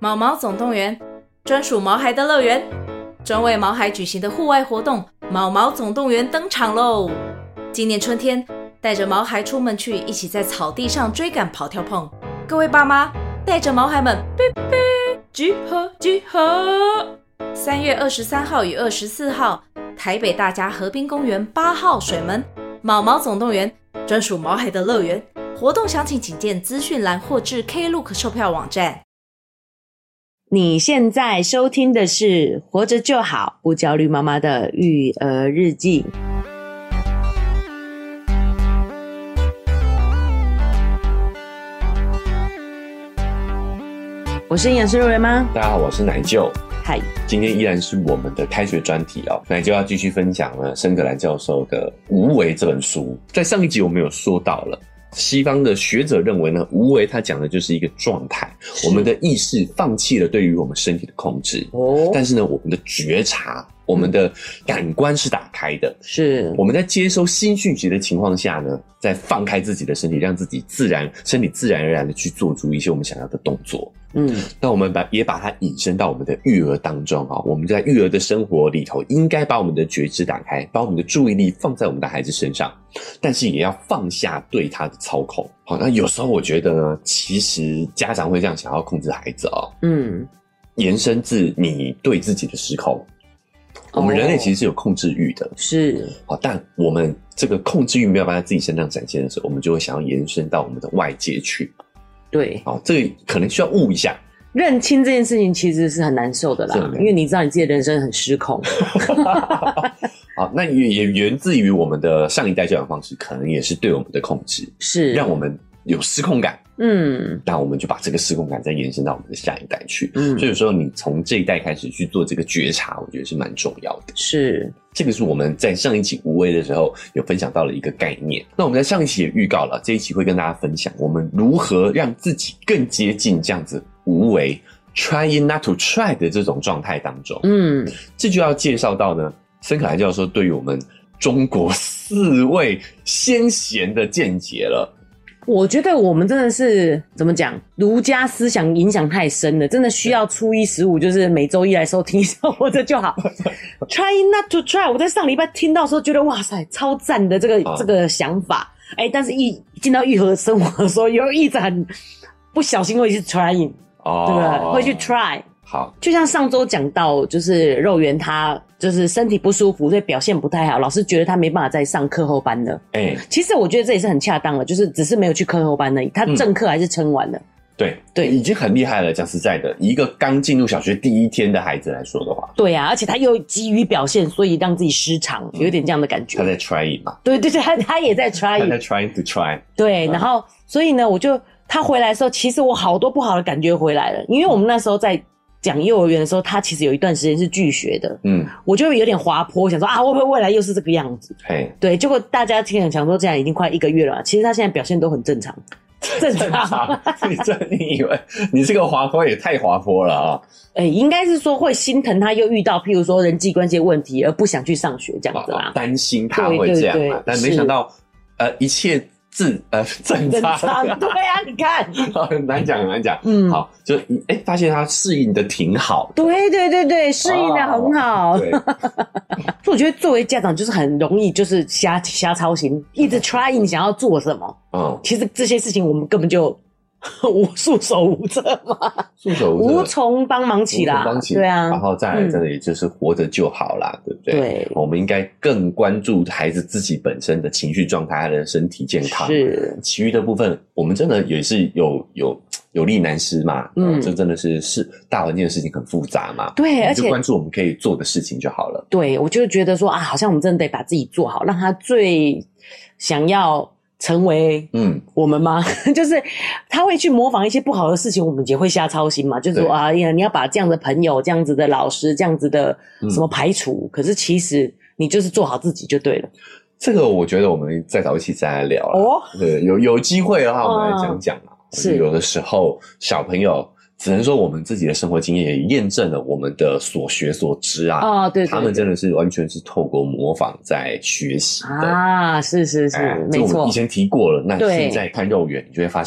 毛毛总动员，专属毛孩的乐园，专为毛孩举行的户外活动毛毛总动员登场喽！今年春天，带着毛孩出门去，一起在草地上追赶跑跳碰。各位爸妈，带着毛孩们，集合集合！3月23号与24号，台北大家河滨公园8号水门毛毛总动员，专属毛孩的乐园。活动详情请见资讯栏或至 Klook 售票网站。 你现在收听的是活着就好不焦虑妈妈的育儿日记。我是营养师肉圆妈， 大家好，我是奶舅。 嗨， 今天依然是我们的开学专题哦，奶舅要继续分享呢申格兰教授的《无为》这本书。在上一集我们有说到了，西方的学者认为呢，无为它讲的就是一个状态，我们的意识放弃了对于我们身体的控制，但是呢，我们的觉察，我们的感官是打开的，是我们在接收新讯息的情况下呢，再放开自己的身体，让自己身体自然而然的去做出一些我们想要的动作。那我们也把它引申到我们的育儿当中啊，我们在育儿的生活里头，应该把我们的觉知打开，把我们的注意力放在我们的孩子身上，但是也要放下对他的操控。好，那有时候我觉得呢，其实家长会这样想要控制孩子哦，延伸自你对自己的失控。我们人类其实是有控制欲的，是，但我们这个控制欲没有办法在自己身上展现的时候，我们就会想要延伸到我们的外界去。对，好，这个可能需要悟一下。 认清这件事情其实是很难受的啦，因为你知道你自己的人生很失控。 好，那也源自于我们的上一代教养方式，可能也是对我们的控制，是让我们有失控感。那我们就把这个失控感再延伸到我们的下一代去。所以有时候你从这一代开始去做这个觉察，我觉得是蛮重要的。是，这个是我们在上一期无为的时候有分享到了一个概念。那我们在上一期也预告了，这一期会跟大家分享我们如何让自己更接近这样子无为 trying not to try 的这种状态当中。这就要介绍到呢，申可兰教授对于我们中国4位先贤的见解了。 我觉得我们真的是怎么讲，儒家思想影响太深了，真的需要初一15就是每周一来收听一下活着就好。Try not to try， 我在上礼拜听到的时候觉得哇塞超赞的这个想法，但是一进到育儿生活的时候，又一直很不小心会去 trying， 对不对？会去 try。好，就像上周讲到，就是肉圆他就是身体不舒服，所以表现不太好，老师觉得他没办法再上课后班了。其实我觉得这也是很恰当的，就是只是没有去课后班而已，他正课还是撑完了。对，已经很厉害了。讲实在的，一个刚进入小学第1天的孩子来说的话，对啊，而且他又急于表现，所以让自己失常，有点这样的感觉。他在 trying 嘛？对，他也在 trying， 他在 trying to try。对，然后所以呢，他回来的时候，其实我好多不好的感觉回来了，因为我们那时候在讲幼儿园的时候，他其实有一段时间是拒学的，我就有点滑坡，想说啊，会不会未来又是这个样子？对，结果大家听了想说，这样已经快1个月了，其实他现在表现都很正常。你以为你这个滑坡也太滑坡了啊？应该是说会心疼他又遇到譬如说人际关系的问题而不想去上学这样子啦，担心他会这样嘛，但没想到一切正常。对啊，你看很难讲。好，就发现他适应的挺好的。对，适应的很好。对，所以我觉得作为家长就是很容易就是瞎操心，一直 trying 想要做什么。其实这些事情我们根本就束手无策嘛，无从帮忙起啦。对啊，然后再来真的也就是活着就好啦，对不对？对，我们应该更关注孩子自己本身的情绪状态，他的身体健康。是，其余的部分我们真的也是有力难施嘛。这真的是大环境的事情很复杂嘛。对，而且就关注我们可以做的事情就好了。对，我就觉得说好像我们真的得把自己做好，让他最想要成为我们吗？就是他会去模仿一些不好的事情，我们也会瞎操心嘛。就是说你要把这样的朋友、这样子的老师、这样子的什么排除，可是其实你就是做好自己就对了。这个我觉得我们再找一期再来聊啦。对，有机会的话我们来讲啦。是，有的时候小朋友只能说我们自己的生活经验也验证了我们的所学所知啊。对，他们真的是完全是透过模仿在学习的啊。是，没错。我们以前提过了，那现在看肉圆，你就会发现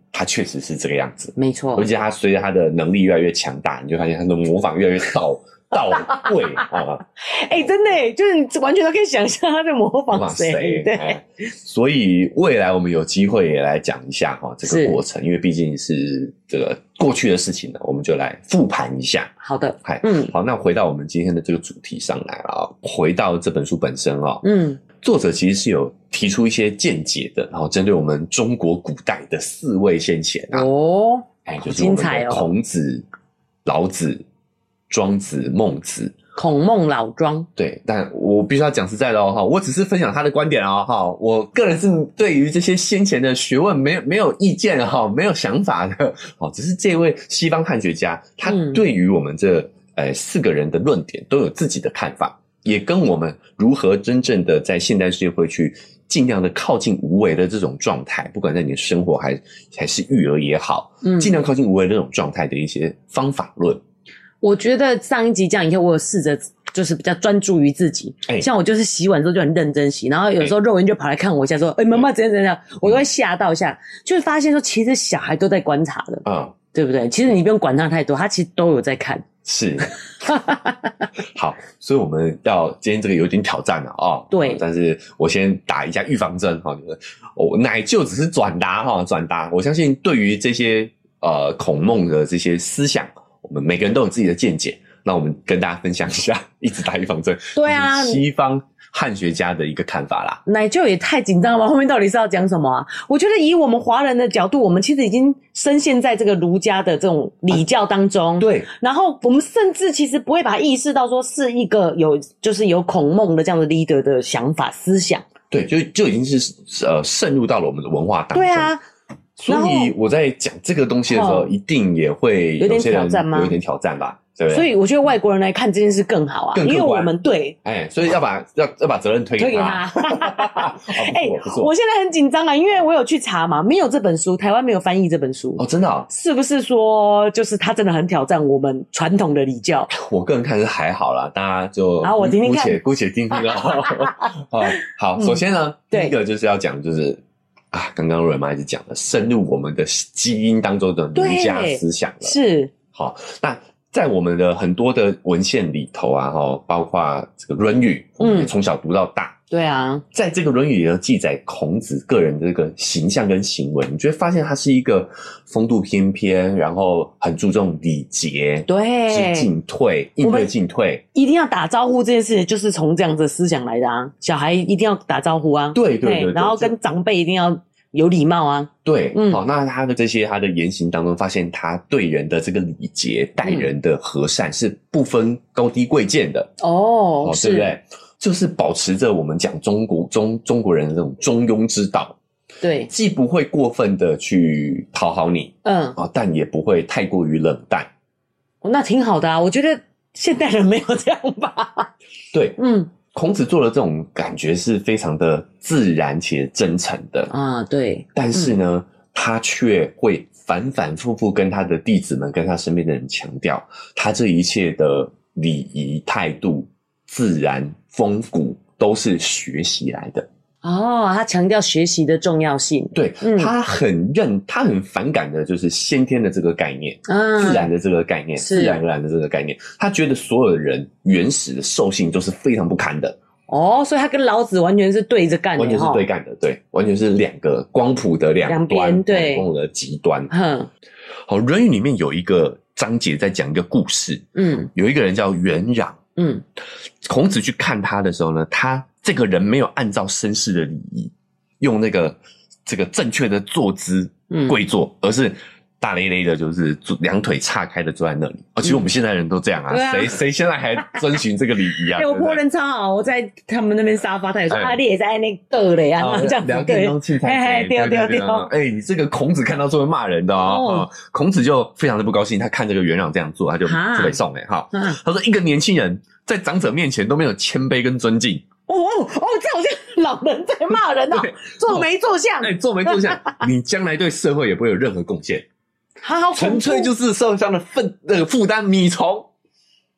他确实是这个样子， 没错。 而且他随着他的能力越来越强大，你就发现他的模仿越来越到位啊！ 真的就是你完全都可以想象他在模仿谁。对， 所以未来我们有机会也来讲一下这个过程，因为毕竟是这个过去的事情呢，我们就来复盘一下。 好的， 好，那回到我们今天的这个主题上来了回到这本书本身作者其实是有提出一些见解的，然后针对我们中国古代的4位先贤就是我们的孔子、老子、庄子、孟子。 孔孟老庄。 对，但我必须要讲实在的我只是分享他的观点我个人是对于这些先前的学问没有意见没有想法的只是这位西方汉学家他对于我们这4个人的论点都有自己的看法，也跟我们如何真正的在现代社会去尽量的靠近无为的这种状态，不管在你的生活还是育儿也好，尽量靠近无为的这种状态的一些方法论。 我觉得上一集讲以后，我有试着就是比较专注于自己，像我就是洗碗之后就很认真洗，然后有时候肉圆就跑来看我一下说妈妈怎样，我都会吓到一下，就是发现说其实小孩都在观察的对不对？其实你不用管他太多，他其实都有在看。 是好，所以我们要今天这个有点挑战了对， 但是我先打一下预防针奶就只是转达我相信对于这些孔孟的这些思想，我们每个人都有自己的见解，那我们跟大家分享一下，一直打预防针。 对啊， 西方汉学家的一个看法啦。 奶舅也太紧张了吧，后面到底是要讲什么我觉得以我们华人的角度，我们其实已经深陷在这个儒家的这种礼教当中对， 然后我们甚至其实不会把它意识到说是一个就是有孔孟的这样的 leader 的想法思想。 对，就已经是渗入到了我们的文化当中。 对啊， 所以我在讲这个东西的时候，一定也会有点挑战吗？有一点挑战吧，对不对？ 所以我觉得外国人来看这件事更好因为我们所以要把责任推给他。 我现在很紧张因为我有去查嘛，没有这本书，台湾没有翻译这本书真的是不是说就是他真的很挑战我们传统的礼教？ 我个人看是还好啦，大家就我听听看， 姑且听听好，首先呢，第一个就是要讲就是刚刚瑞妈一直讲的，渗入我们的基因当中的儒家思想了。 是好，那在我们的很多的文献里头包括这个《论语》，我们从小读到大。 对啊，在这个《论语》里头记载孔子个人的这个形象跟行为，你就会发现他是一个风度翩翩，然后很注重礼节， 对， 是进退，应对进退， 一定要打招呼这件事就是从这样的思想来的小孩一定要打招呼对， 然后跟长辈一定要有礼貌对，好，那他的他的言行当中，发现他对人的这个礼节、待人的和善是不分高低贵贱的对不对？就是保持着我们讲中国人的这种中庸之道， 对， 既不会过分的去讨好你，但也不会太过于冷淡。 那挺好的我觉得现代人没有这样吧？ 对，孔子做的这种感觉是非常的自然且真诚的对。 但是呢，他却会反反复复跟他的弟子们、跟他身边的人强调，他这一切的礼仪态度、自然风骨都是学习来的。 他强调学习的重要性。 对，他很反感的就是先天的这个概念，自然的这个概念，自然而然的这个概念。他觉得所有的人原始的兽性都是非常不堪的。 所以他跟老子完全是对着干的， 完全是对干的，对，完全是两个光谱的两端，对，光谱的极端。好，《论语》里面有一个章节在讲一个故事，有一个人叫元壤，孔子去看他的时候呢，他这个人没有按照绅士的礼仪，用这个正确的坐姿跪坐，而是大咧咧的，就是两腿岔开的坐在那里。其实我们现在人都这样谁现在还遵循这个礼仪我婆人超好，我在他们那边沙发，他也说你也在那个嘞这样子聊天中器材对，你这个孔子看到就会骂人的孔子就非常的不高兴，他看这个元壤这样做，他就被送他说一个年轻人在长者面前都没有谦卑跟尊敬。 这好像老人在骂人做没做相做没做相你将来对社会也不会有任何贡献，纯粹就是社会上的负担米虫。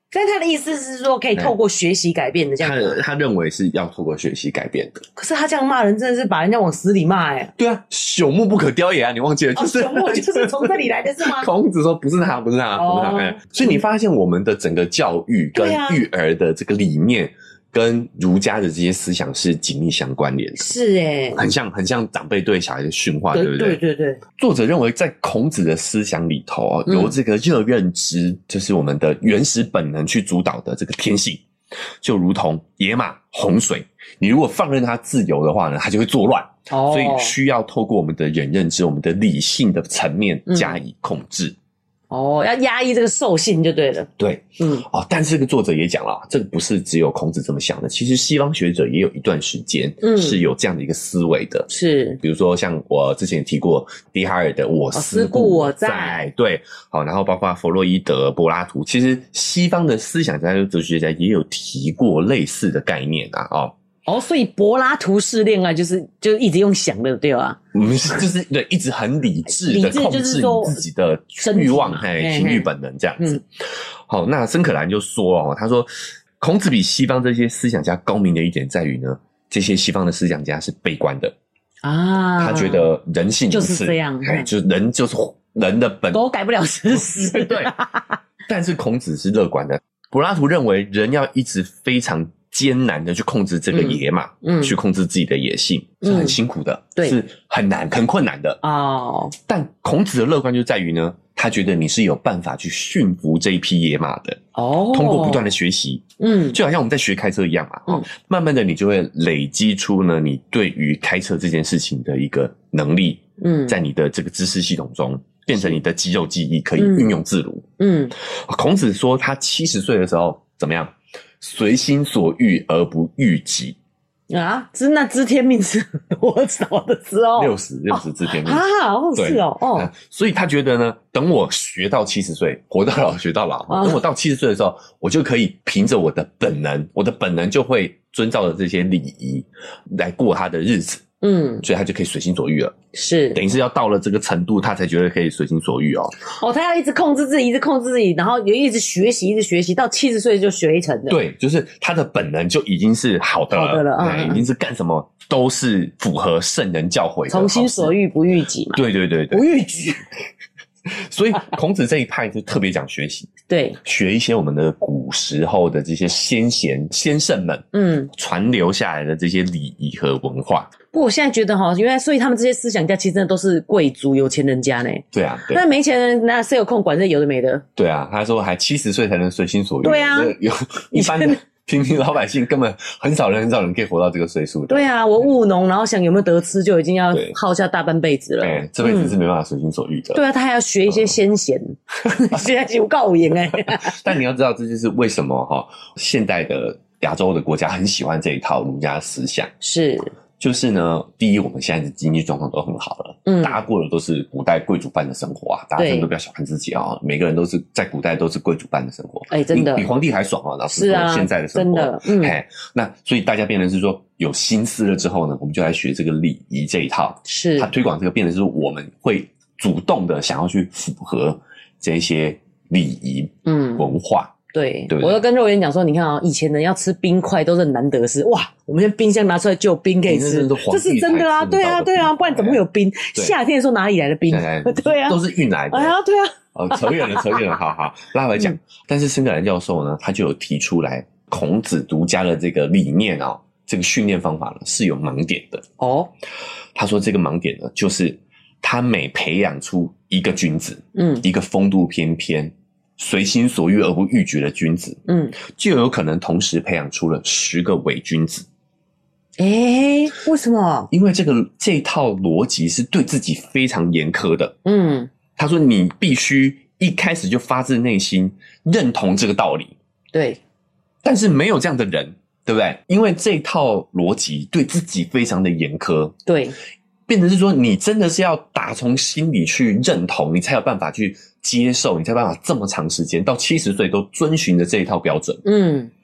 但他的意思是说，可以透过学习改变的这样子。 他认为是要透过学习改变的。 可是他这样骂人，真的是把人家往死里骂对啊，朽木不可雕也啊，你忘记了？就是朽木就是从这里来的是吗？ 孔子说不是他，不是他，不是他。所以你发现我们的整个教育跟育儿的这个理念，跟儒家的这些思想是紧密相关联的。 是很像长辈对小孩的训话，对不对？ 对。 作者认为，在孔子的思想里头由这个热认知，就是我们的原始本能去主导的这个天性，就如同野马、洪水，你如果放任它自由的话呢，它就会作乱。所以需要透过我们的人认知，我们的理性的层面加以控制。 要压抑这个兽性就对了。 对，但是这个作者也讲了，这个不是只有孔子这么想的，其实西方学者也有一段时间是有这样的一个思维的。 是， 比如说像我之前也提过笛卡尔的我思故我在，对，然后包括弗洛伊德、柏拉图，其实西方的思想家、哲学家也有提过类似的概念所以柏拉图式恋爱就是一直用想的，对吧？ 就是对，一直很理智的控制你自己的欲望、情欲本能这样子。好，那森可兰就说他说孔子比西方这些思想家高明的一点在于呢，这些西方的思想家是悲观的他觉得人性就是这样， 就是人就是人的本都改不了事实。 对，但是孔子是乐观的。柏拉图认为人要一直非常艰难的去控制这个野马，去控制自己的野性，是很辛苦的，是很难、很困难的但孔子的乐观就在于呢，他觉得你是有办法去驯服这一匹野马的通过不断的学习，就好像我们在学开车一样嘛，慢慢的你就会累积出呢，你对于开车这件事情的一个能力，在你的这个知识系统中变成你的肌肉记忆，可以运用自如。孔子说他70岁的时候怎么样？随心所欲而不逾己那知天命是多少的时候 ？60知天命是所以他觉得呢，等我学到70岁，活到老学到老，等我到70岁的时候，我就可以凭着我的本能，我的本能就会遵照着这些礼仪来过他的日子。所以他就可以随心所欲了，是等于是要到了这个程度，他才觉得可以随心所欲他要一直控制自己，一直控制自己，然后也一直学习，到70岁就学成的。 对，就是他的本能就已经是好的了，已经是干什么都是符合圣人教诲的， 从心所欲不逾己嘛。 对， 不逾矩。 所以孔子这一派就特别讲学习， 对， 学一些我们的古时候的这些先圣们传留下来的这些礼仪和文化。 不过我现在觉得原来所以他们这些思想家其实真的都是贵族有钱人家呢。 对啊， 那没钱人哪谁有空管这有的没的？ 对啊，他说还70岁才能随心所欲。 对啊， 有一般的平民老百姓根本很少人可以活到这个岁数的。 对啊，我务农然后想有没有得吃就已经要耗下大半辈子了。 这辈子是没办法随心所欲的。 对啊，他还要学一些先贤，现在有够严但你要知道，这就是为什么现代的亚洲的国家很喜欢这一套儒家思想。就是呢，第一，我们现在的经济状况都很好了，大家过的都是古代贵族般的生活大家真的都不要小看自己每个人都是在古代都是贵族般的生活，真的比皇帝还爽老实说，现在的生活真的，那所以大家变成是说有心思了之后呢，我们就来学这个礼仪这一套，他推广这个变成是我们会主动的想要去符合这些礼仪文化。对， 我就跟肉圆讲说，你看以前人要吃冰块都是很难得的事，哇，我们现在冰箱拿出来就有冰可以吃，这是真的啊，对啊，不然怎么会有冰？夏天的时候哪里来的冰？对啊， 都是运来的。 对啊。 扯远了，好，拉回来讲。但是森格兰教授呢，他就有提出来，孔子儒家的这个理念这个训练方法呢是有盲点的他说这个盲点呢，就是他每培养出一个君子，一个风度翩翩，随心所欲而不逾矩的君子，就有可能同时培养出了10个伪君子。 为什么？ 因为这套逻辑是对自己非常严苛的。他说你必须一开始就发自内心认同这个道理。 对， 但是没有这样的人，对不对？因为这套逻辑对自己非常的严苛。 对。 变成是说你真的是要打从心里去认同，你才有办法去接受，你才有办法这么长时间到70岁都遵循着这一套标准。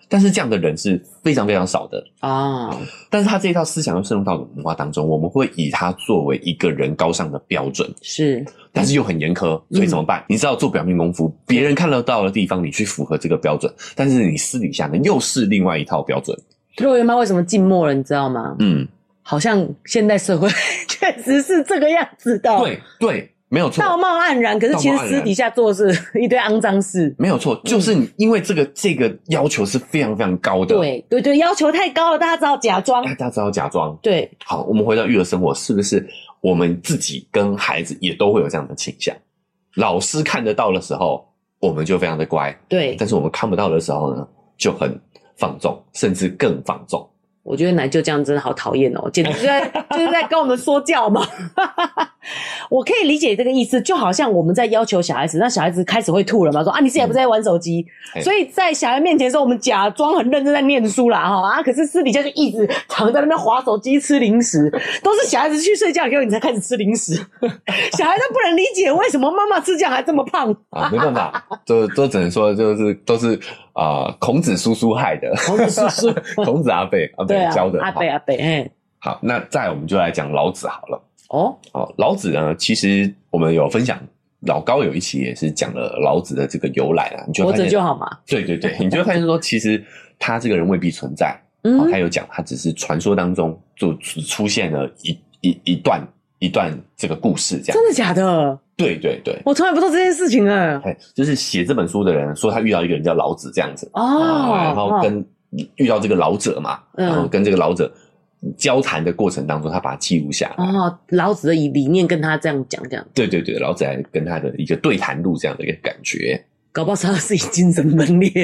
但是这样的人是非常非常少的啊。但是他这一套思想又渗入到文化当中，我们会以他作为一个人高尚的标准， 是， 但是又很严苛，所以怎么办？你知道做表面功夫，别人看得到的地方你去符合这个标准，但是你私底下呢又是另外一套标准。 肉圆妈为什么静默了你知道吗？好像现代社会确实是这个样子的。 对，没有错， 道貌岸然，可是其实私底下做的是一堆肮脏事。 没有错，就是因为这个要求是非常非常高的。 对，要求太高了，大家只好假装。对， 好，我们回到育儿生活，是不是我们自己跟孩子也都会有这样的倾向？老师看得到的时候，我们就非常的乖， 对， 但是我们看不到的时候呢，就很放纵，甚至更放纵。 我觉得奶就这样真的好讨厌哦，简直就是在跟我们说教嘛。我可以理解这个意思，就好像我们在要求小孩子，那小孩子开始会吐了嘛，说啊你自己也不是在玩手机，所以在小孩面前的时候，我们假装很认真在念书啦哈可是私底下就一直躺在那边滑手机吃零食，都是小孩子去睡觉以后你才开始吃零食，小孩都不能理解为什么妈妈吃这样还这么胖没办法，都只能说都是孔子叔叔害的， 孔子叔叔孔子阿伯教的， 阿伯好，那再来我们就来讲老子好了。老子呢，其实我们有分享，老高有一期也是讲了老子的这个由来啊，你就活着就好嘛。对， 你就会发现说，其实他这个人未必存在。他有讲，他只是传说当中就出现了一段这个故事，这样。真的假的？对，我从来不知道这件事情就是写这本书的人说他遇到一个人叫老子这样子然后跟遇到这个老者嘛，然后跟这个老者交谈的过程当中，他把它记录下来。 老子的理念跟他这样讲，这样。 对，老子来跟他的一个对谈录这样的一个感觉。 搞不好他是以精神分裂。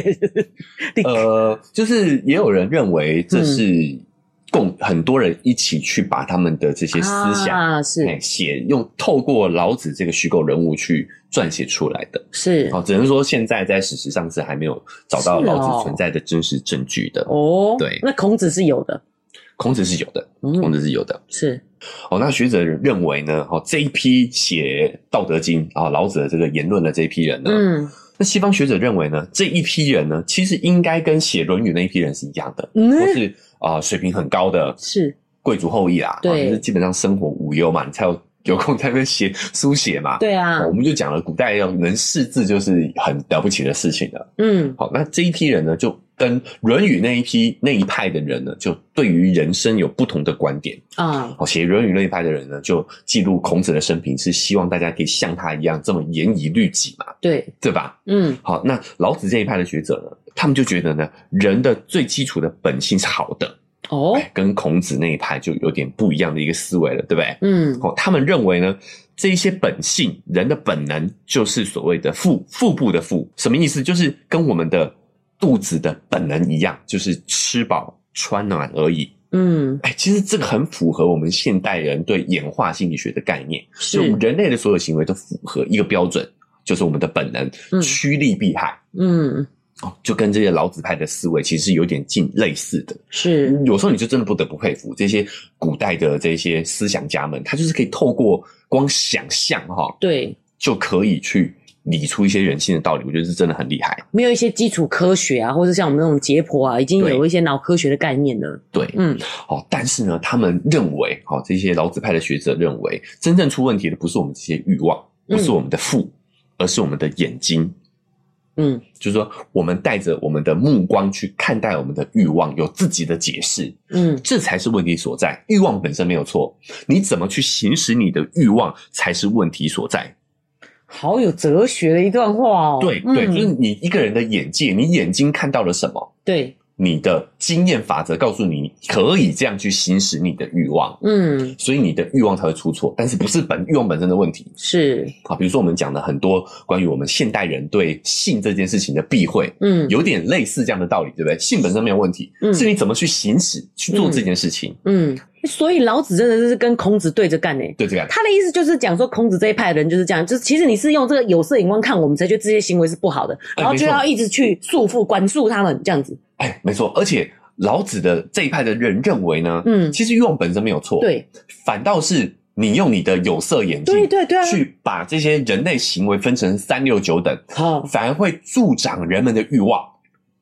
就是也有人认为这是很多人一起去把他们的这些思想透过老子这个虚构人物去撰写出来的。是只能说现在在史实上是还没有找到老子存在的真实证据的。对， 那孔子是有的。 孔子是有的。 是。 那学者认为呢，这一批写《道德经》老子的这个言论的这一批人呢，那西方学者认为呢，这一批人呢，其实应该跟写《论语》那一批人是一样的，都是水平很高的，是贵族后裔啦，就是基本上生活无忧嘛，你才有空在那边书写嘛。对啊，我们就讲了，古代要能识字就是很了不起的事情了。好，那这一批人呢，就跟《论语》那一派的人呢，就对于人生有不同的观点写《论语》那一派的人呢，就记录孔子的生平，是希望大家可以像他一样这么严以律己嘛，对吧？好，那老子这一派的学者呢，他们就觉得呢，人的最基础的本性是好的。跟孔子那一派就有点不一样的一个思维了，对不对？他们认为呢，这一些本性，人的本能就是所谓的腹部的腹，什么意思？就是跟我们的肚子的本能一样，就是吃饱穿暖而已。其实这个很符合我们现代人对演化心理学的概念，就我们人类的所有行为都符合一个标准，就是我们的本能，趋利避害。就跟这些老子派的思维其实有点类似的。是，有时候你就真的不得不佩服这些古代的这些思想家们，他就是可以透过光想象就可以去理出一些人性的道理，我觉得是真的很厉害。没有一些基础科学啊，或者像我们那种解剖已经有一些脑科学的概念了。对，但是呢，他们认为这些老子派的学者认为，真正出问题的不是我们这些欲望，不是我们的腹，而是我们的眼睛。就是说我们带着我们的目光去看待我们的欲望，有自己的解释。这才是问题所在。欲望本身没有错，你怎么去行使你的欲望才是问题所在。好有哲学的一段话对，就是你一个人的眼界，你眼睛看到了什么？对。你的经验法则告诉你可以这样去行使你的欲望，所以你的欲望才会出错，但是不是欲望本身的问题。是比如说我们讲的很多关于我们现代人对性这件事情的避讳，有点类似这样的道理，对不对？性本身没有问题，是你怎么去行使去做这件事情。所以老子真的是跟孔子对着干对着干。他的意思就是讲说，孔子这一派的人就是这样，就是其实你是用这个有色眼光看我们，才觉得这些行为是不好的，然后就要一直去束缚管束他们这样子。没错，而且老子的这一派的人认为呢，其实欲望本身没有错，对，反倒是你用你的有色眼镜，对，去把这些人类行为分成3、6、9等，反而会助长人们的欲望。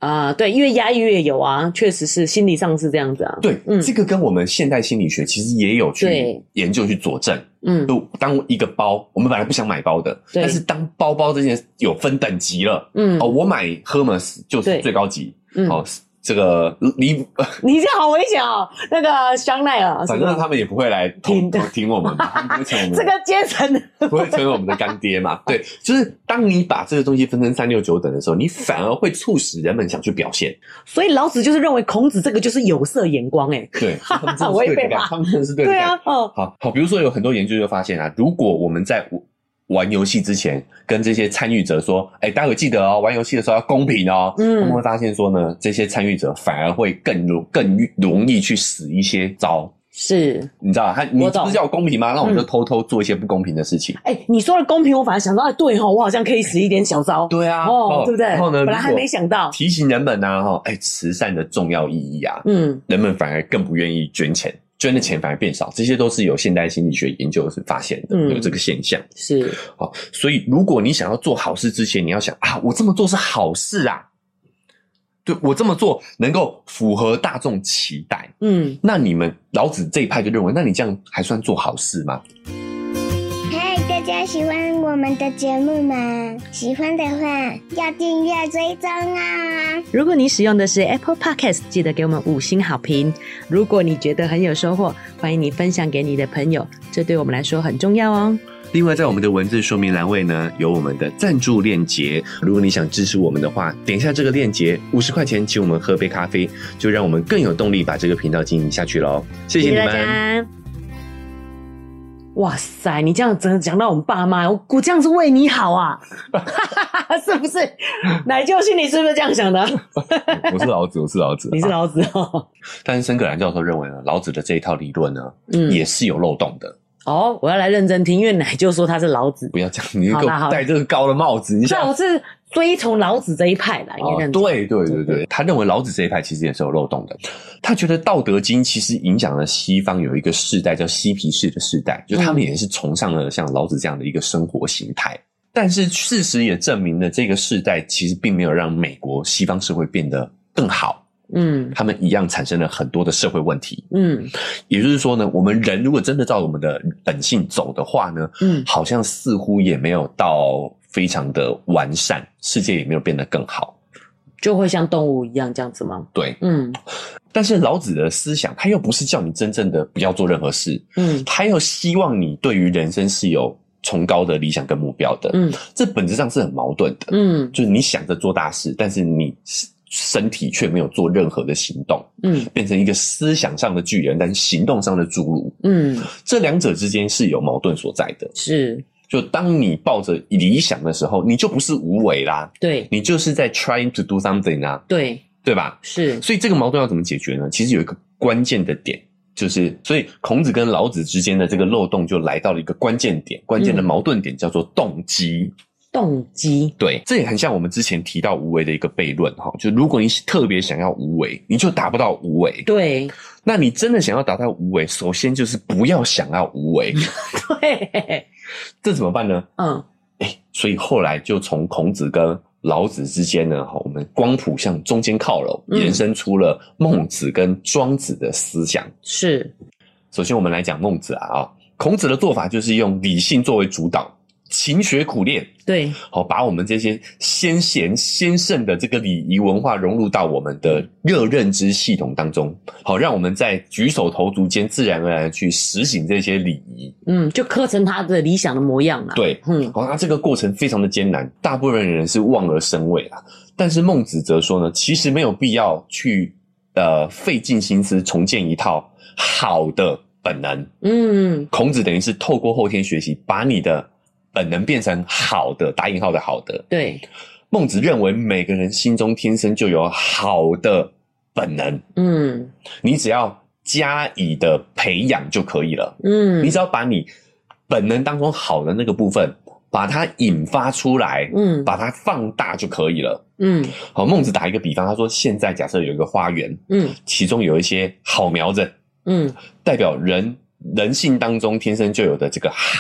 对，越压抑越有啊，确实是心理上是这样子啊。 对，这个跟我们现代心理学其实也有去研究去佐证。就当一个包，我们本来不想买包的，但是当包包这件事有分等级了，我买 Hermes 就是最高级，这个你这好危险哦，那个香奈儿， 反正他们也不会来听我们嘛，他们不会成为我们这个阶层不会成为我们的干爹嘛。对，就是当你把这个东西分成3、6、9等的时候，你反而会促使人们想去表现。 所以老子就是认为孔子这个就是有色眼光对，他们真的是对的干，他们真的是对的干。好，比如说有很多研究就发现啊，如果我们在玩游戏之前跟这些参与者说待会记得玩游戏的时候要公平他们会发现说呢，这些参与者反而会更容易去使一些招。是，你知道你不是叫我公平吗？那我就偷偷做一些不公平的事情。你说的公平，我反而想到对我好像可以使一点小招。对啊，对不对？然后呢，本来还没想到提醒人们慈善的重要意义啊，人们反而更不愿意捐钱。捐的钱反而变少，这些都是有现代心理学研究是发现的，有这个现象。是，所以如果你想要做好事之前，你要想我这么做是好事啊，对，我这么做能够符合大众期待。那你们老子这一派就认为，那你这样还算做好事吗？ 嗨，大家喜欢我们的节目吗？喜欢的话要订阅追踪啊！ 如果你使用的是 Apple Podcast， 记得给我们5星好评。如果你觉得很有收获，欢迎你分享给你的朋友，这对我们来说很重要哦。 另外在我们的文字说明栏位呢，有我们的赞助链接，如果你想支持我们的话，点一下这个链接，50块钱请我们喝杯咖啡，就让我们更有动力把这个频道经营下去咯。谢谢你们，谢谢大家。 哇塞，你这样真的讲到我们爸妈，我这样是为你好啊，是不是？奶舅心里是不是这样想的？ 我是老子， 你是老子哦。 但是申可兰教授认为呢，老子的这一套理论呢，也是有漏洞的。 我要来认真听，因为奶舅说他是老子。 不要这样，你给我戴这个高的帽子。 对，我是追从老子这一派来。 对，他认为老子这一派其实也是有漏洞的。他觉得《道德经》其实影响了西方有一个世代叫嬉皮士的世代，就他们也是崇尚了像老子这样的一个生活形态。但是事实也证明了，这个世代其实并没有让美国西方社会变得更好。他们一样产生了很多的社会问题。也就是说呢，我们人如果真的照我们的本性走的话呢，好像似乎也没有到非常的完善，世界也没有变得更好， 就会像动物一样这样子吗？ 对，但是老子的思想，他又不是叫你真正的不要做任何事，他又希望你对于人生是有崇高的理想跟目标的，这本质上是很矛盾的，就是你想着做大事，但是你身体却没有做任何的行动，变成一个思想上的巨人，但是行动上的侏儒，这两者之间是有矛盾所在的。是，就当你抱着理想的时候，你就不是无为啦，对，你就是在 trying to do something 啊，对吧？是，所以这个矛盾要怎么解决呢？其实有一个关键的点，就是所以孔子跟老子之间的这个漏洞就来到了一个关键点，关键的矛盾点叫做动机。动机，对，这也很像我们之前提到无为的一个悖论哈，就如果你特别想要无为，你就达不到无为。对，那你真的想要达到无为，首先就是不要想要无为。对，这怎么办呢？所以后来就从孔子跟老子之间呢，我们光谱向中间靠拢，延伸出了孟子跟庄子的思想。是，首先我们来讲孟子啊，孔子的做法就是用理性作为主导。勤学苦练，对，把我们这些先贤先圣的这个礼仪文化融入到我们的认知系统当中，让我们在举手投足间自然而然去实行这些礼仪，就刻成他的理想的模样啦。对，那这个过程非常的艰难，大部分人是望而生畏啦。但是孟子则说呢，其实没有必要去费尽心思重建一套好的本能。孔子等于是透过后天学习，把你的本能变成好的，打引号的好的。对，孟子认为每个人心中天生就有好的本能，你只要加以的培养就可以了。你只要把你本能当中好的那个部分，把它引发出来，把它放大就可以了。好，孟子打一个比方，他说现在假设有一个花园，其中有一些好苗子，代表人性当中天生就有的这个好。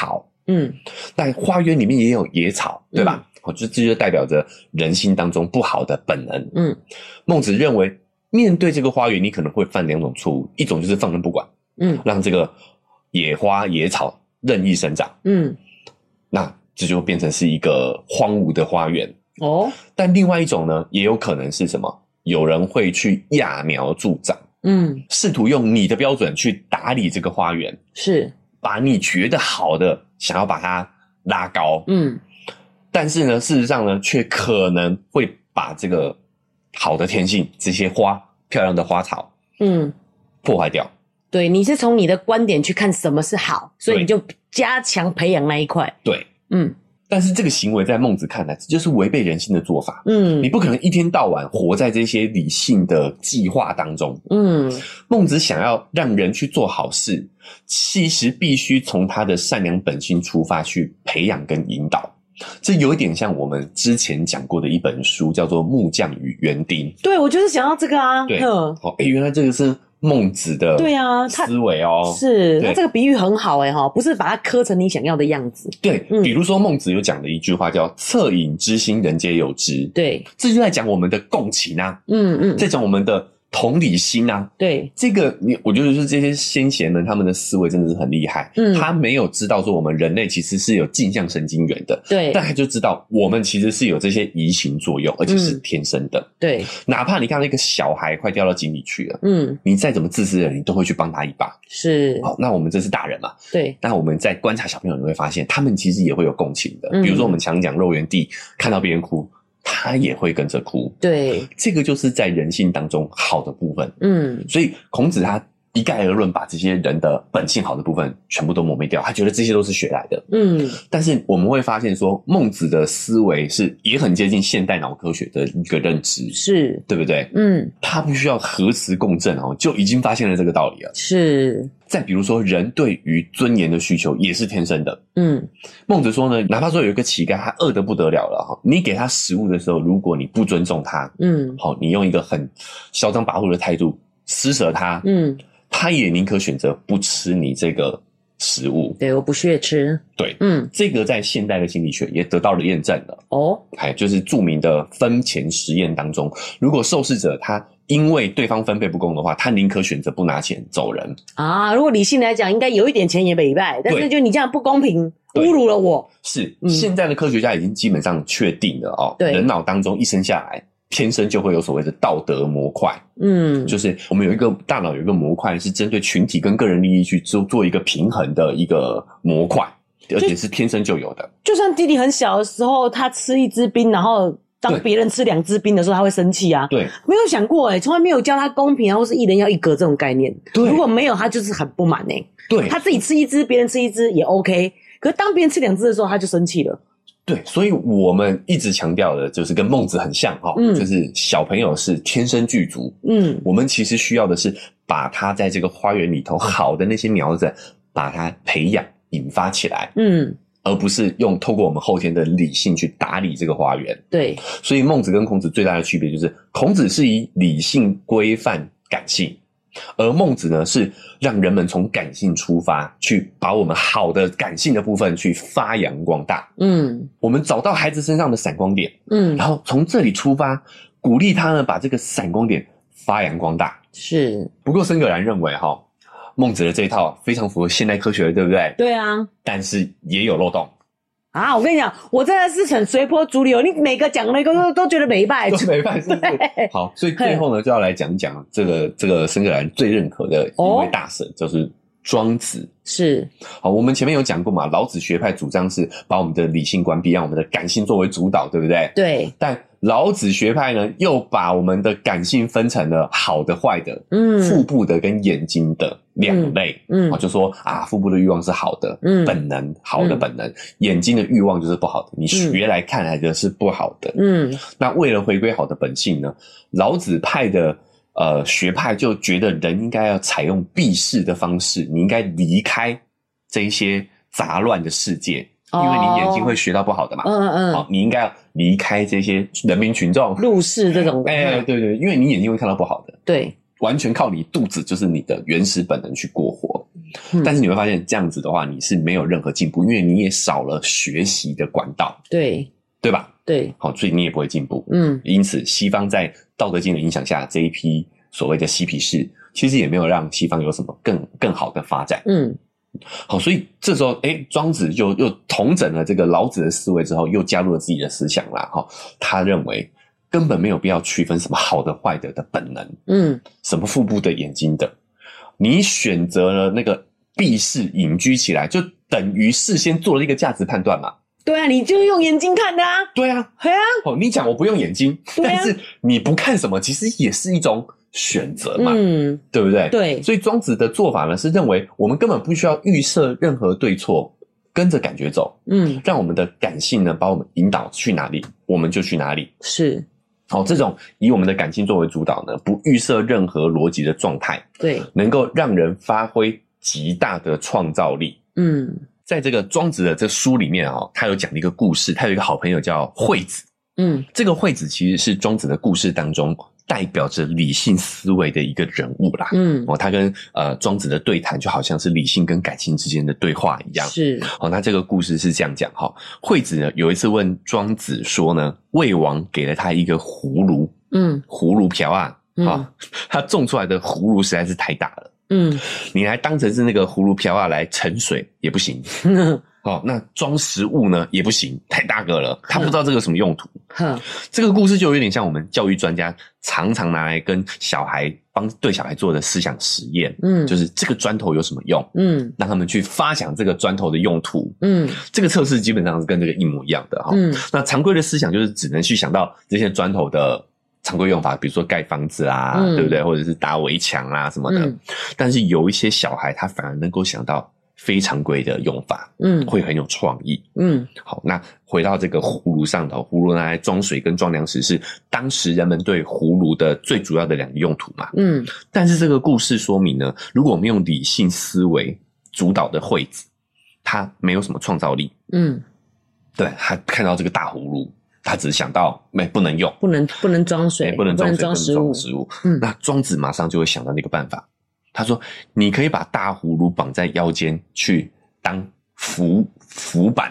但花园里面也有野草，对吧？这就代表着人心当中不好的本能。孟子认为面对这个花园你可能会犯2种错误，一种就是放任不管，让这个野花野草任意生长，那这就变成是一个荒芜的花园。但另外一种呢，也有可能是什么？有人会去揠苗助长，试图用你的标准去打理这个花园，是把你觉得好的想要把它拉高，但是呢，事实上呢，却可能会把这个好的天性，这些花漂亮的花草，破坏掉。 对，你是从你的观点去看什么是好，所以你就加强培养那一块。 对，但是这个行为在孟子看来，这就是违背人性的做法。你不可能一天到晚活在这些理性的计划当中。孟子想要让人去做好事，其实必须从他的善良本性出发去培养跟引导。这有一点像我们之前讲过的一本书，叫做《木匠与园丁》。 对，我就是想要这个啊。 对，原来这个是孟子的思维哦。是， 他这个比喻很好不是把它刻成你想要的样子。 对，比如说孟子有讲的一句话叫“恻隐之心，人皆有之”。对，这就在讲我们的共情啊。在讲我们的同理心啊。对，这个我觉得是这些先贤们他们的思维真的是很厉害。他没有知道说我们人类其实是有镜像神经元的。对，但他就知道我们其实是有这些移情作用，而且是天生的。对，哪怕你看到一个小孩快掉到井里去了，你再怎么自私的人，你都会去帮他一把。是，好，那我们这是大人嘛？对，那我们在观察小朋友，你会发现他们其实也会有共情的。比如说我们常讲肉圆弟看到别人哭，他也会跟着哭。对，这个就是在人性当中好的部分。所以孔子他一概而论把这些人的本性好的部分全部都抹灭掉，他觉得这些都是学来的。但是我们会发现说孟子的思维是也很接近现代脑科学的一个认知，是对不对？他不需要核磁共振就已经发现了这个道理了。是。再比如说人对于尊严的需求也是天生的。孟子说呢，哪怕说有一个乞丐他饿得不得了了，你给他食物的时候，如果你不尊重他，你用一个很嚣张跋扈的态度施舍他，他也宁可选择不吃你这个食物。对，我不屑吃。对，这个在现代的心理学也得到了验证了。就是著名的分钱实验当中，如果受试者他因为对方分配不公的话，他宁可选择不拿钱走人啊。如果理性来讲，应该有一点钱也没败，但是就你这样不公平，侮辱了我。是，现在的科学家已经基本上确定了人脑当中一生下来天生就会有所谓的道德模块。就是我们有一个大脑有一个模块是针对群体跟个人利益去做一个平衡的一个模块，而且是天生就有的。就算弟弟很小的时候，他吃一支冰，然后当别人吃2支冰的时候，他会生气啊。对，没有想过从来没有教他公平或是一人要一格这种概念。对，如果没有，他就是很不满对，他自己吃1支，别人吃1支也 OK， 可是当别人吃2支的时候，他就生气了。对，所以我们一直强调的就是跟孟子很像就是小朋友是天生具足。我们其实需要的是把他在这个花园里头好的那些苗子，把它培养引发起来。而不是用透过我们后天的理性去打理这个花园。对，所以孟子跟孔子最大的区别就是，孔子是以理性规范感性，而孟子呢是让人们从感性出发，去把我们好的感性的部分去发扬光大。我们找到孩子身上的闪光点，然后从这里出发，鼓励他呢把这个闪光点发扬光大。是，不过申葛兰认为孟子的这一套非常符合现代科学，对不对？对啊，但是也有漏洞啊！我跟你讲，我真的是很随波逐流，你每个讲那个都觉得没败，都没败，是不是？好，所以最后呢，就要来讲讲这个申葛兰最认可的一位大神，就是庄子。是，好，我们前面有讲过嘛，老子学派主张是把我们的理性关闭，让我们的感性作为主导，对不对？对。但老子学派呢，又把我们的感性分成了好的、坏的，腹部的跟眼睛的2类。就说腹部的欲望是好的，本能，好的本能；眼睛的欲望就是不好的，你学来看来的是不好的。那为了回归好的本性呢，老子派的学派就觉得人应该要采用避世的方式，你应该离开这一些杂乱的世界，因为你眼睛会学到不好的嘛。好，你应该要离开这些人民群众，入世这种。对对，因为你眼睛会看到不好的。对，完全靠你肚子就是你的原始本能去过活。 但是你会发现这样子的话，你是没有任何进步，因为你也少了学习的管道，对吧？ 对， 好，所以你也不会进步。因此西方在道德经的影响下，这一批所谓的嬉皮士，其实也没有让西方有什么更好的发展。好，所以这时候庄子又统整了这个老子的思维之后，又加入了自己的思想啦。他认为根本没有必要区分什么好的坏的本能，什么腹部的眼睛的，你选择了那个避世隐居起来，就等于事先做了一个价值判断嘛。 对啊，你就用眼睛看的啊。 对啊，你讲我不用眼睛，但是你不看什么，其实也是一种选择嘛，对不对？ 对， 所以庄子的做法呢，是认为我们根本不需要预设任何对错，跟着感觉走，让我们的感性呢把我们引导去哪里，我们就去哪里。 是， 这种以我们的感性作为主导呢，不预设任何逻辑的状态， 对， 能够让人发挥极大的创造力。在这个庄子的这书里面他有讲一个故事，他有一个好朋友叫惠子。这个惠子其实是庄子的故事当中代表着理性思维的一个人物啦。他跟庄子的对谈就好像是理性跟感性之间的对话一样。 是。 那这个故事是这样讲惠子呢有一次问庄子说呢，魏王给了他一个葫芦，葫芦瓢啊，他种出来的葫芦实在是太大了。你来当成是那个葫芦瓢啊来盛水也不行。那装食物呢也不行，太大个了，他不知道这个什么用途。这个故事就有点像我们教育专家常常拿来跟小孩对小孩做的思想实验。就是这个砖头有什么用，让他们去发想这个砖头的用途。这个测试基本上是跟这个一模一样的。那常规的思想就是只能去想到这些砖头的常规用法，比如说盖房子啊，对不对？或者是搭围墙啊什么的。但是有一些小孩他反而能够想到非常规的用法，会很有创意。好，那回到这个葫芦上头，葫芦拿来装水跟装粮食是当时人们对葫芦的最主要的两个用途嘛。但是这个故事说明呢，如果我们用理性思维主导的惠子，他没有什么创造力。对，他看到这个大葫芦，他只想到不能用， 不能装水， 不能装水， 装食物。 那庄子马上就会想到那个办法。他说你可以把大葫芦绑在腰间去当浮板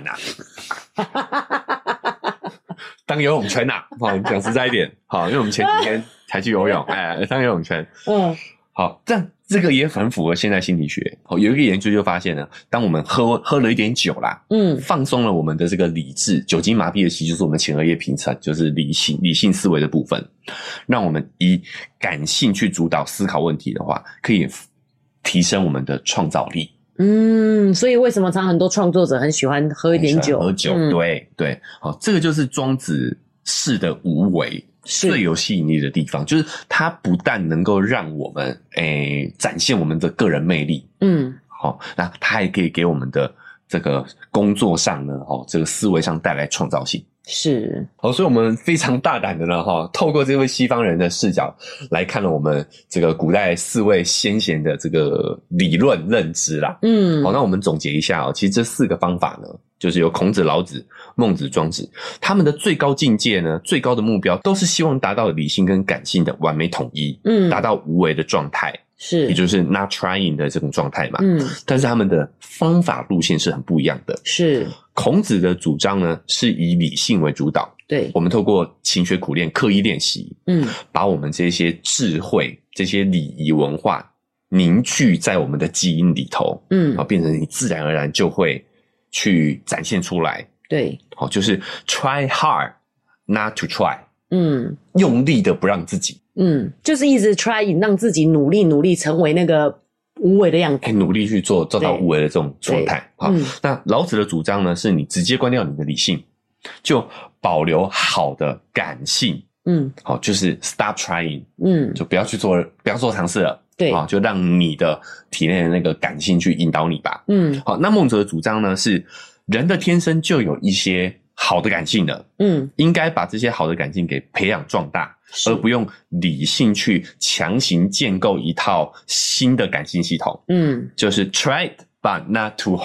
当游泳圈讲实在一点，因为我们前几天才去游泳，当游泳圈。好，这个也很符合现代心理学。有一个研究就发现呢，当我们喝了一点酒啦，放松了我们的这个理智，酒精麻痹的其实就是我们前额叶皮层，就是理性思维的部分，让我们以感性去主导思考问题的话，可以提升我们的创造力。 所以为什么很多创作者很喜欢喝一点酒？ 喝酒，对。好，这个就是庄子式的无为最有吸引力的地方，就是它不但能够让我们展现我们的个人魅力，好，那它还可以给我们的这个工作上呢，这个思维上带来创造性。 是。 好，所以我们非常大胆的呢，透过这位西方人的视角来看了我们这个古代4位先贤的这个理论认知啦。好，那我们总结一下其实这4个方法呢，就是有孔子、老子、孟子、庄子，他们的最高境界呢，最高的目标都是希望达到理性跟感性的完美统一，达到无为的状态。是，也就是 not trying 的这种状态嘛。但是他们的方法路线是很不一样的。是，孔子的主张呢，是以理性为主导。对，我们透过勤学苦练、刻意练习，把我们这些智慧、这些礼仪文化凝聚在我们的基因里头，变成你自然而然就会去展现出来。对，好，就是 try hard not to try。用力的不让自己。 就是一直 trying 让自己努力成为那个无为的样子， 努力去做到无为的这种状态。好，那老子的主张呢，是你直接关掉你的理性，就保留好的感性。好，就是 stop trying。就不要做尝试了。对，就让你的体内的那个感性去引导你吧。好，那孟子的主张呢，是人的天生就有一些好的感性的，应该把这些好的感性给培养壮大，而不用理性去强行建构一套新的感性系统。就是 try it but not too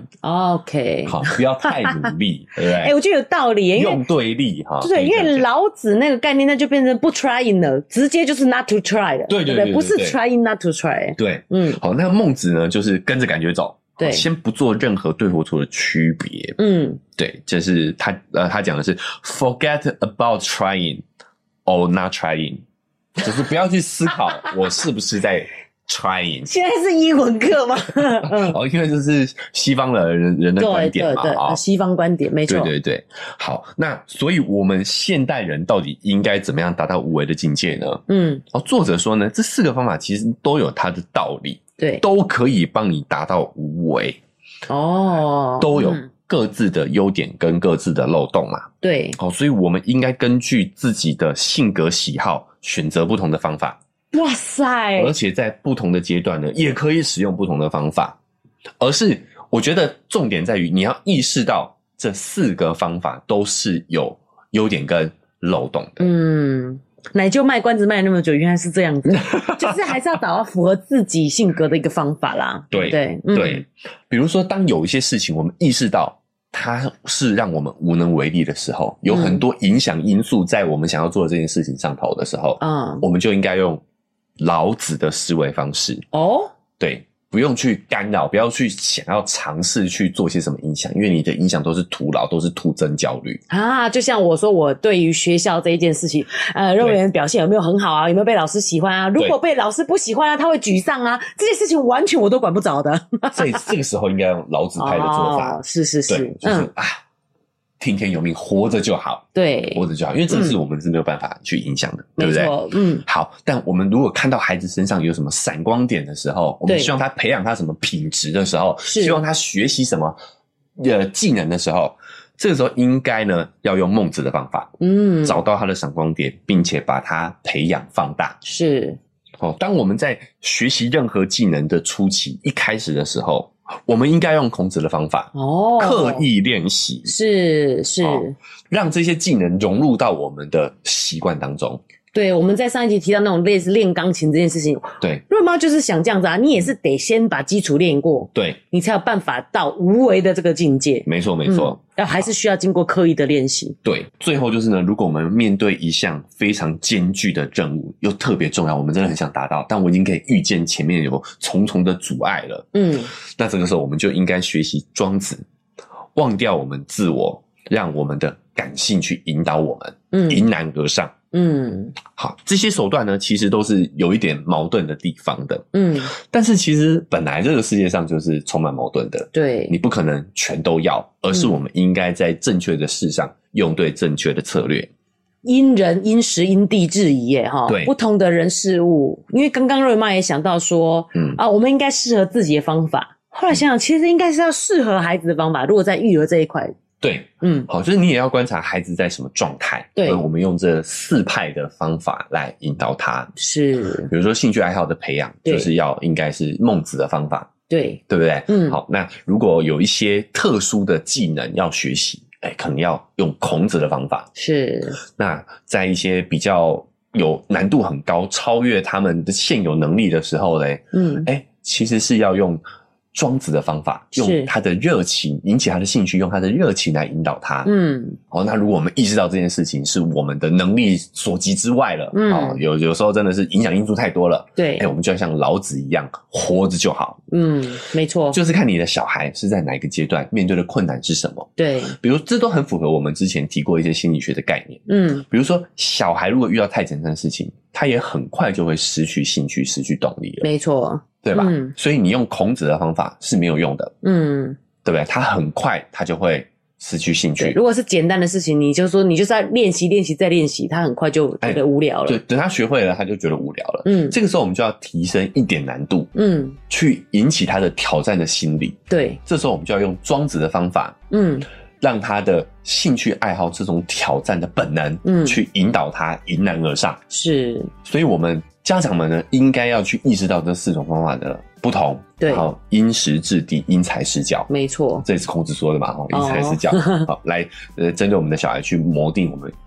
hard。OK， 好，不要太努力，对不对？ 我觉得有道理， 用对力哈。 对，因为老子那个概念，那就变成不 trying 了，直接就是 not to try 了。对，不是 trying not to try。 对，好，那孟子呢，就是跟着感觉走。对，先不做任何对或错的区别。对，就是他讲的是 forget about trying or not trying， 就是不要去思考我是不是在 trying。 现在是英文课吗？ 因为这是西方的人的观点嘛， 对，西方观点，没错。 对。好，那所以我们现代人到底应该怎么样达到无为的境界呢？作者说呢，这4个方法其实都有它的道理。对，都可以帮你达到无为都有各自的优点跟各自的漏洞嘛。对，所以我们应该根据自己的性格喜好选择不同的方法。哇塞！而且在不同的阶段呢，也可以使用不同的方法。而是我觉得重点在于你要意识到这4个方法都是有优点跟漏洞的。 奶就卖关子卖了那么久，原来是这样子，就是还是要找到符合自己性格的一个方法啦。 对，比如说当有一些事情我们意识到它是让我们无能为力的时候，有很多影响因素在我们想要做的这件事情上头的时候，我们就应该用老子的思维方式。对，不用去干扰，不要去想要尝试去做些什么影响，因为你的影响都是徒劳，都是徒增焦虑啊。就像我说，我对于学校这一件事情，幼儿园表现有没有很好啊？有没有被老师喜欢啊？如果被老师不喜欢啊，他会沮丧啊。这件事情完全我都管不着的。 所以这个时候应该用老子派的做法。 是， 对，就是听天由命，活着就好。对，活着就好，因为这是我们是没有办法去影响的，对不对？好，但我们如果看到孩子身上有什么闪光点的时候，我们希望他培养他什么品质的时候，希望他学习什么技能的时候，这个时候应该呢要用孟子的方法，找到他的闪光点，并且把它培养放大。是，当我们在学习任何技能的初期，一开始的时候，我们应该用孔子的方法刻意练习，是让这些技能融入到我们的习惯当中。对，我们在上一集提到那种类似练钢琴这件事情，对，瑞妈就是想这样子啊，你也是得先把基础练过，对，你才有办法到无为的这个境界。没错，还是需要经过刻意的练习。对，最后就是呢，如果我们面对一项非常艰巨的任务，又特别重要，我们真的很想达到，但我已经可以预见前面有重重的阻碍了。那这个时候我们就应该学习庄子，忘掉我们自我，让我们的感性去引导我们，迎难而上。好，这些手段呢，其实都是有一点矛盾的地方的。但是其实本来这个世界上就是充满矛盾的。对，你不可能全都要，而是我们应该在正确的事上用对正确的策略。因人因时因地制宜耶齁，对，不同的人事物，因为刚刚瑞妈也想到说，我们应该适合自己的方法。后来想想，其实应该是要适合孩子的方法。如果在育儿这一块。对，好，就是你也要观察孩子在什么状态。对，我们用这4派的方法来引导他。是，比如说兴趣爱好的培养，就是应该是孟子的方法。对，对不对？好，那如果有一些特殊的技能要学习，可能要用孔子的方法。是，那在一些比较有难度很高，超越他们的现有能力的时候嘞，其实是要用庄子的方法，用他的热情引起他的兴趣，用他的热情来引导他。那如果我们意识到这件事情是我们的能力所及之外了，有时候真的是影响因素太多了。对，我们就要像老子一样，活着就好。没错，就是看你的小孩是在哪一个阶段，面对的困难是什么。对，比如这都很符合我们之前提过一些心理学的概念。比如说小孩如果遇到太简单的事情，他也很快就会失去兴趣，失去动力了。没错。对吧？所以你用孔子的方法是没有用的。对不对？他很快他就会失去兴趣。如果是简单的事情，你就说你就是要练习练习再练习，他很快就觉得无聊了。对，等他学会了，他就觉得无聊了。这个时候我们就要提升一点难度，去引起他的挑战的心理。对，这时候我们就要用庄子的方法，让他的兴趣爱好这种挑战的本能，去引导他迎难而上。是，所以我们家长们呢，应该要去意识到这4种方法的不同。对，然后因时制地，因材施教。没错，这也是孔子说的嘛，因材施教。好，来针对我们的小孩去谋定我们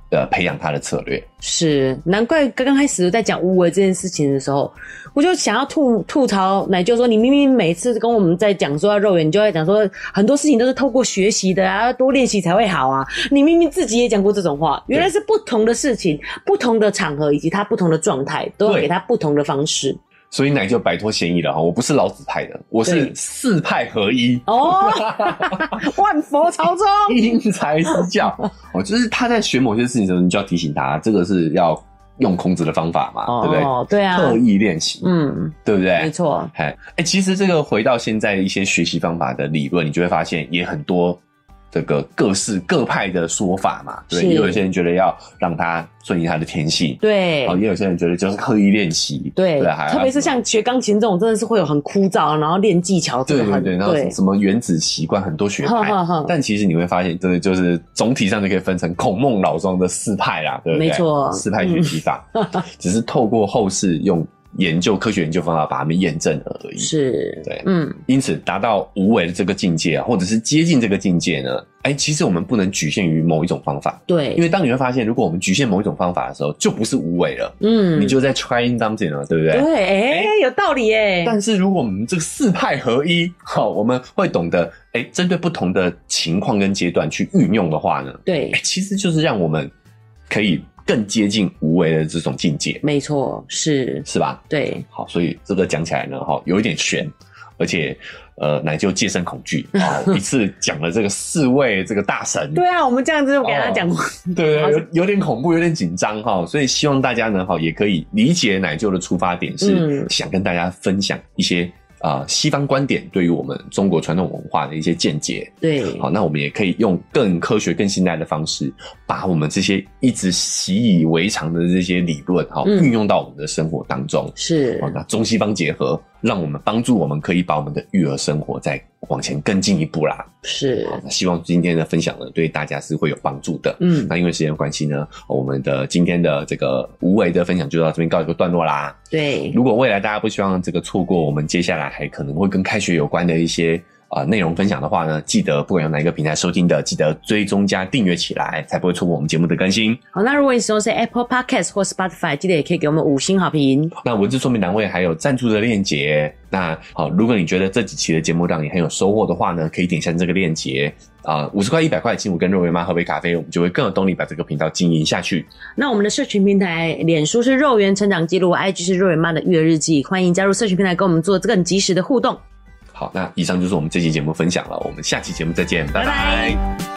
培养他的策略。 是，难怪刚开始在讲无为这件事情的时候，我就想要吐槽奶舅说，你明明每次跟我们在讲说要肉圆，你就在讲说很多事情都是透过学习的啊，多练习才会好啊。你明明自己也讲过这种话，原来是不同的事情、不同的场合以及他不同的状态，都要给他不同的方式。 所以奶就摆脱嫌疑了哈，我不是老子派的，我是四派合一哦，万佛朝宗， 因材施教哦，就是他在学某些事情的时候，你就要提醒他，这个是要用孔子的方法嘛，对不对？ 对啊， 刻意练习，对不对？ 没错。 其实这个回到现在一些学习方法的理论，你就会发现也很多这个各式各派的说法嘛，对，也有些人觉得要让他顺应他的天性， 对， 也有些人觉得就是刻意练习， 对，特别是像学钢琴这种，真的是会有很枯燥，然后练技巧，对， 然后什么原子习惯，很多学派，但其实你会发现，这个就是总体上就可以分成孔孟老庄的四派啦，对不对？ 没错， 四派学习法，只是透过后世用科学研究方法把它们验证而已。 是， 对，因此达到无为的这个境界啊，或者是接近这个境界呢，其实我们不能局限于某一种方法。 对， 因为当你会发现，如果我们局限某一种方法的时候，就不是无为了。你就在 trying something 了，对不对？ 对，有道理耶。 但是如果我们这个四派合一，我们会懂得，针对不同的情况跟阶段去运用的话呢， 对， 其实就是让我们可以更接近无为的这种境界。 没错，是吧？ 对， 好，所以这个讲起来呢，有一点悬，而且奶就戒慎恐惧一次讲了这个4位这个大神。 对啊，我们这样子就给他讲过， 对，有点恐怖，有点紧张所以希望大家呢也可以理解奶就的出发点是想跟大家分享一些西方观点对于我们中国传统文化的一些见解。 对， 好，那我们也可以用更科学、更现代的方式，把我们这些一直习以为常的这些理论运用到我们的生活当中。 是， 那中西方结合，让我们帮助我们可以把我们的育儿生活再往前更进一步啦。 是， 那希望今天的分享呢，对大家是会有帮助的。那因为时间关系呢，我们的今天的这个无为的分享就到这边告一个段落啦。 对， 如果未来大家不希望这个错过我们接下来还可能会跟开学有关的一些内容分享的话呢，记得不管用哪一个平台收听的，记得追踪加订阅起来，才不会错过我们节目的更新。 好，那如果你使用是 Apple Podcast 或 Spotify， 记得也可以给我们5星好评。 那文字说明栏位还有赞助的链接。那好，如果你觉得这几期的节目让你很有收获的话呢，可以点一下这个链接50块100块请我跟肉圆妈喝杯咖啡，我们就会更有动力把这个频道经营下去。 那我们的社群平台脸书是肉圆成长记录， IG 是肉圆妈的育儿日记，欢迎加入社群平台跟我们做更及时的互动。 好，那以上就是我们这期节目分享了，我们下期节目再见，拜拜。